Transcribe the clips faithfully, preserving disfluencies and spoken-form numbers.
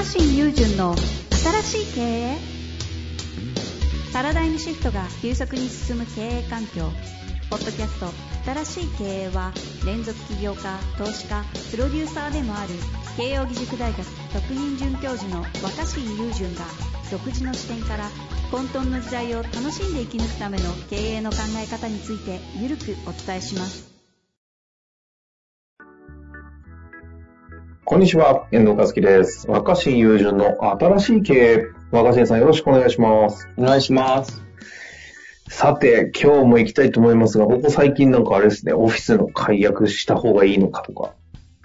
若新雄純の新しい経営。パラダイムシフトが急速に進む経営環境。ポッドキャスト新しい経営は、連続起業家、投資家、プロデューサーでもある慶應義塾大学特任准教授の若新雄純が、独自の視点から混沌の時代を楽しんで生き抜くための経営の考え方についてゆるくお伝えします。 こんにちは、遠藤和樹です。若新雄純の新しい経営。若新さん、よろしくお願いします。 お願いします。 さて、今日も行きたいと思いますが、ここ最近なんかあれですね、オフィスの解約した方がいいのかとか。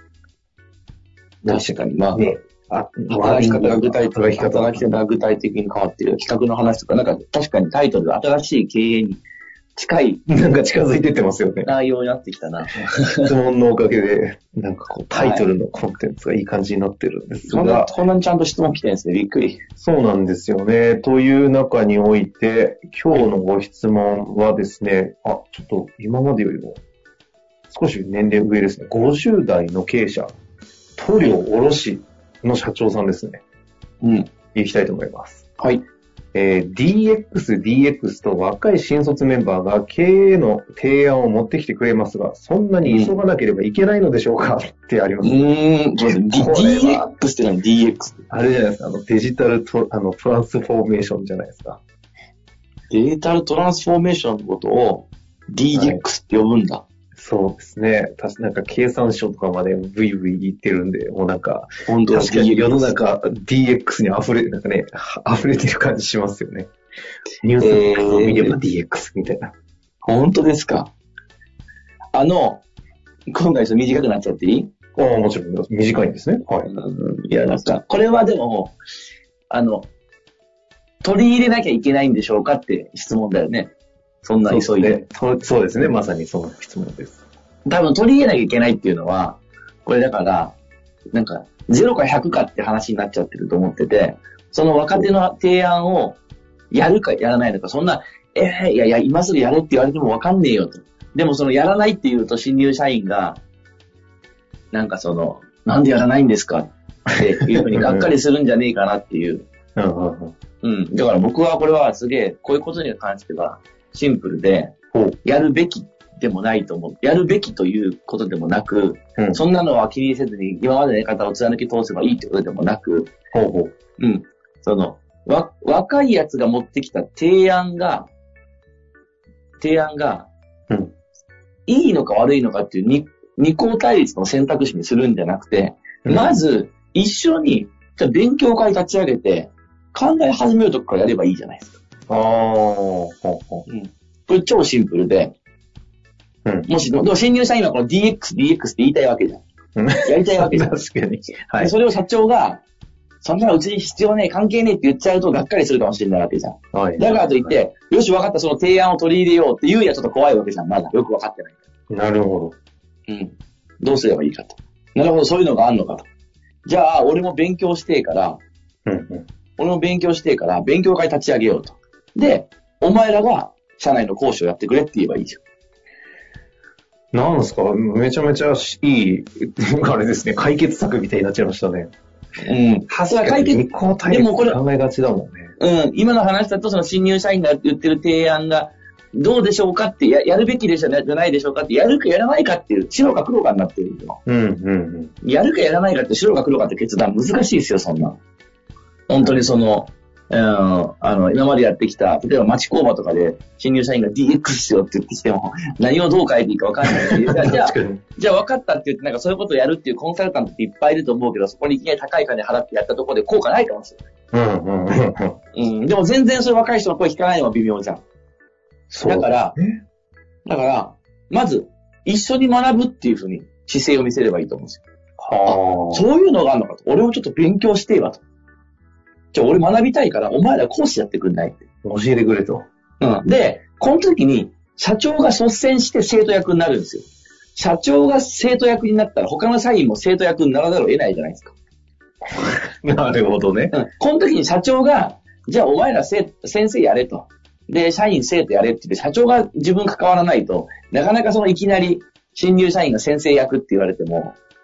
確かに、まあ、 ね、 あ働き方が具体的に、働き方が具体的に変わっている企画の話とか、なんか確かにタイトル、新しい経営に近い、 なんか近づいてってますよね。 内容になってきたな。 質問のおかげで、なんかこうタイトルのコンテンツがいい感じになってるんですが、 はい、こんなにちゃんと質問来てるんですね。びっくり。 そうなんですよね。という中において、今日のご質問はですね、あ、ちょっと今までよりも少し年齢上ですね。ごじゅう代の経営者、塗料卸の社長さんですね。 うん。 行きたいと思います。 はい。 えー、ディーエックス、ディーエックス と若い新卒メンバーが経営の提案を持ってきてくれますが、そんなに急がなければいけないのでしょうか、うん、ってあります。 うーん、ディーエックス って何 ?ディーエックスあれじゃないですか、あのデジタルトあのトランスフォーメーションじゃないですか。 デジタルトランスフォーメーションのことを ディーエックス って呼ぶんだ。はい、 そうですね。確かなんか経産省とかまでブイブイ言ってるんで、もうなんか、 本当確かに世の中 ディーエックス に溢れ、なんかね、溢れてる感じしますよね。ニュースを見れば ディーエックス みたいな。 本当ですか。あの、今回ちょっと短くなっちゃっていい？ ああ、もちろん短いんですね。はい。 いや、なんか、これはでも、あの、取り入れなきゃいけないんでしょうかって質問だよね。そんな急いで。 そうですね。そうですね。まさにその質問です。 多分取り入れなきゃいけないっていうのは、これだから、なんか、ゼロかひゃくかって話になっちゃってると思ってて、その若手の提案をやるかやらないのか、そんな、えー、いやいや、今すぐやれって言われてもわかんねえよと。でもそのやらないっていうと新入社員が、なんかその、なんでやらないんですかっていうふうにがっかりするんじゃねえかなっていう。うん。だから僕はこれはすげえ、こういうことに関してはシンプルで、やるべきでもないと思う。やるべきということでもなく、うん、そんなのは気にせずに今までのやり方を貫き通せばいいってことでもなく、 ほうほう。 うん。その、わ、若いやつが持ってきた提案が、提案が、うん、いいのか悪いのかっていう二、二項対立の選択肢にするんじゃなくて、うん、まず、一緒に、じゃあ勉強会立ち上げて、考え始めるとこからやればいいじゃないですか。 ああ、ほうほう。 うん。これ超シンプルで、うん、もし、でも新入社員はこの ディーエックス、ディーエックス って言いたいわけじゃん。うん、やりたいわけじゃん。 確かに。 はい。それを社長が、そんなうちに必要ねえ、関係ねえって言っちゃうとがっかりするかもしれないわけじゃん。はい。だからといって、はい、よし分かったその提案を取り入れようって言うにはちょっと怖いわけじゃん。まだよく分かってない。 なるほど。 うん。どうすればいいかと。なるほど、そういうのがあるのかと。じゃあ、俺も勉強してえから、うんうん。俺も勉強してえから、勉強会立ち上げようと。で、お前らが社内の講師をやってくれって言えばいいじゃん。 なんですか、めちゃめちゃいい、あれですね、解決策みたいになっちゃいましたね。 うん。はずは解決。 でもこれ考えがちだもんね。 うん。今の話だとその新入社員が言ってる提案がどうでしょうかってや、やるべきでしょじゃないでしょうかって、やるかやらないかっていう白か黒かになってるんですよ。 うんうんうん。 やるかやらないかって白か黒かって決断難しいですよ、そんな。本当にその、うん、あの、今までやってきた、例えば町工場とかで新入社員が ディーエックス しようって言ってきても、何をどう変えていいか分かんないし、じゃあ、じゃあ、じゃあ分かったって言って、なんかそういうことをやるっていうコンサルタントっていっぱいいると思うけど、そこにいきなり高い金払ってやったところで効果ないかもしれない。うんうんうん。うん。でも全然そういう若い人の声聞かないのは微妙じゃん。そう。だから、だから、まず、一緒に学ぶっていうふうに姿勢を見せればいいと思うんですよ。はあ。そういうのがあるのかと。俺もちょっと勉強してえわと。じゃあ俺学びたいから、お前ら講師やってくんないって。 教えてくれと。 うん。で、この時に、社長が率先して生徒役になるんですよ。社長が生徒役になったら、他の社員も生徒役にならざるを得ないじゃないですか。 なるほどね。 うん。この時に社長が、じゃあお前ら先生やれと。で、社員生徒やれって言って、社長が自分関わらないと、なかなかそのいきなり新入社員が先生役って言われても、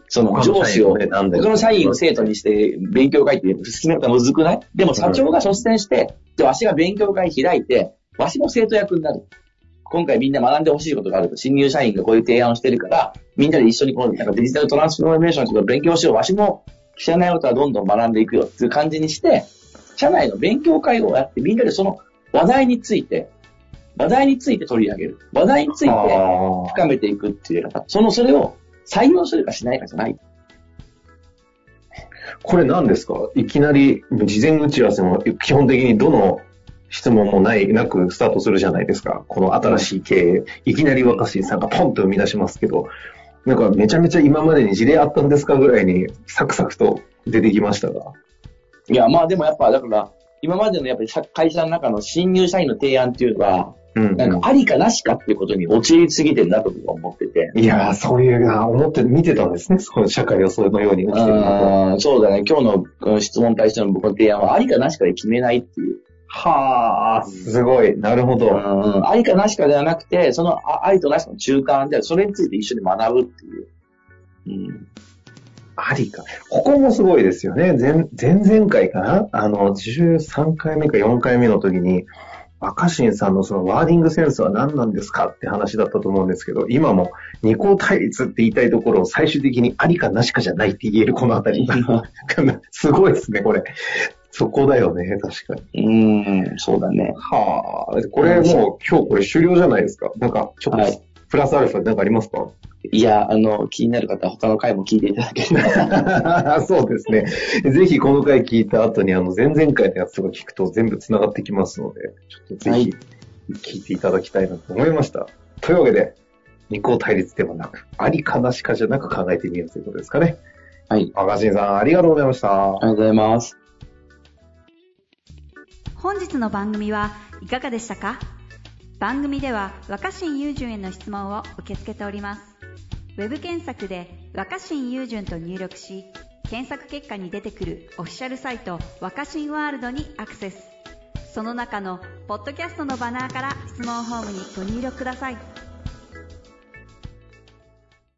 その上司を、他の社員を生徒にして勉強会って進め方むずくない？でも社長が率先して、で、わしが勉強会開いて、わしも生徒役になる。今回みんな学んでほしいことがあると、新入社員がこういう提案をしてるから、みんなで一緒にこのなんかデジタルトランスフォーメーションとか勉強しよう。わしも知らないことはどんどん学んでいくよっていう感じにして、社内の勉強会をやって、みんなでその話題について、話題について取り上げる。話題について深めていくっていうやり方。その、それを採用するかしないかじゃない。 これ何ですか？いきなり事前打ち合わせも基本的にどの質問もないなくスタートするじゃないですか。この新しい経営、いきなり若新さんがポンと生み出しますけど、なんかめちゃめちゃ今までに事例あったんですかぐらいにサクサクと出てきましたが。 いや、まあでもやっぱだから今までのやっぱり会社の中の新入社員の提案っていうのは、うんうん、なんかありかなしかっていうことに陥りすぎてるなと思ってて。 いやー、そういうな、思って見てたんですね。その社会予想のように起きてるなと。 そうだね。今日の質問に対しての僕の提案はありかなしかで決めないっていう。 はあ、すごい。なるほど。うん、 ありかなしかではなくて、そのありとなしの中間で、それについて一緒に学ぶっていう。 うん、ありか。ここもすごいですよね。前、前々回かなあの、じゅうさんかいめかよんかいめの時に、若新さんのそのワーディングセンスは何なんですかって話だったと思うんですけど、今も二項対立って言いたいところを最終的にありかなしかじゃないって言えるこのあたり。すごいですね、これ。そこだよね、確かに。 うーん、そうだね。 はあ、これもう今日これ終了じゃないですか。なんか、ちょっと、はい、プラスアルファなんかありますか？ いや、あの、気になる方は他の回も聞いていただければ。 そうですね。ぜひこの回聞いた後に、あの、前々回のやつとか聞くと全部繋がってきますので、ちょっとぜひ聞いていただきたいなと思いました。はい、というわけで、二項対立ではなく、ありかなしかじゃなく考えてみようということですかね。 はい。 若新さん、ありがとうございました。 ありがとうございます。 本日の番組はいかがでしたか？番組では若新雄純への質問を受け付けております。ウェブ検索で若新雄純と入力し、検索結果に出てくるオフィシャルサイト若新ワールドにアクセス。その中のポッドキャストのバナーから質問フォームにご入力ください。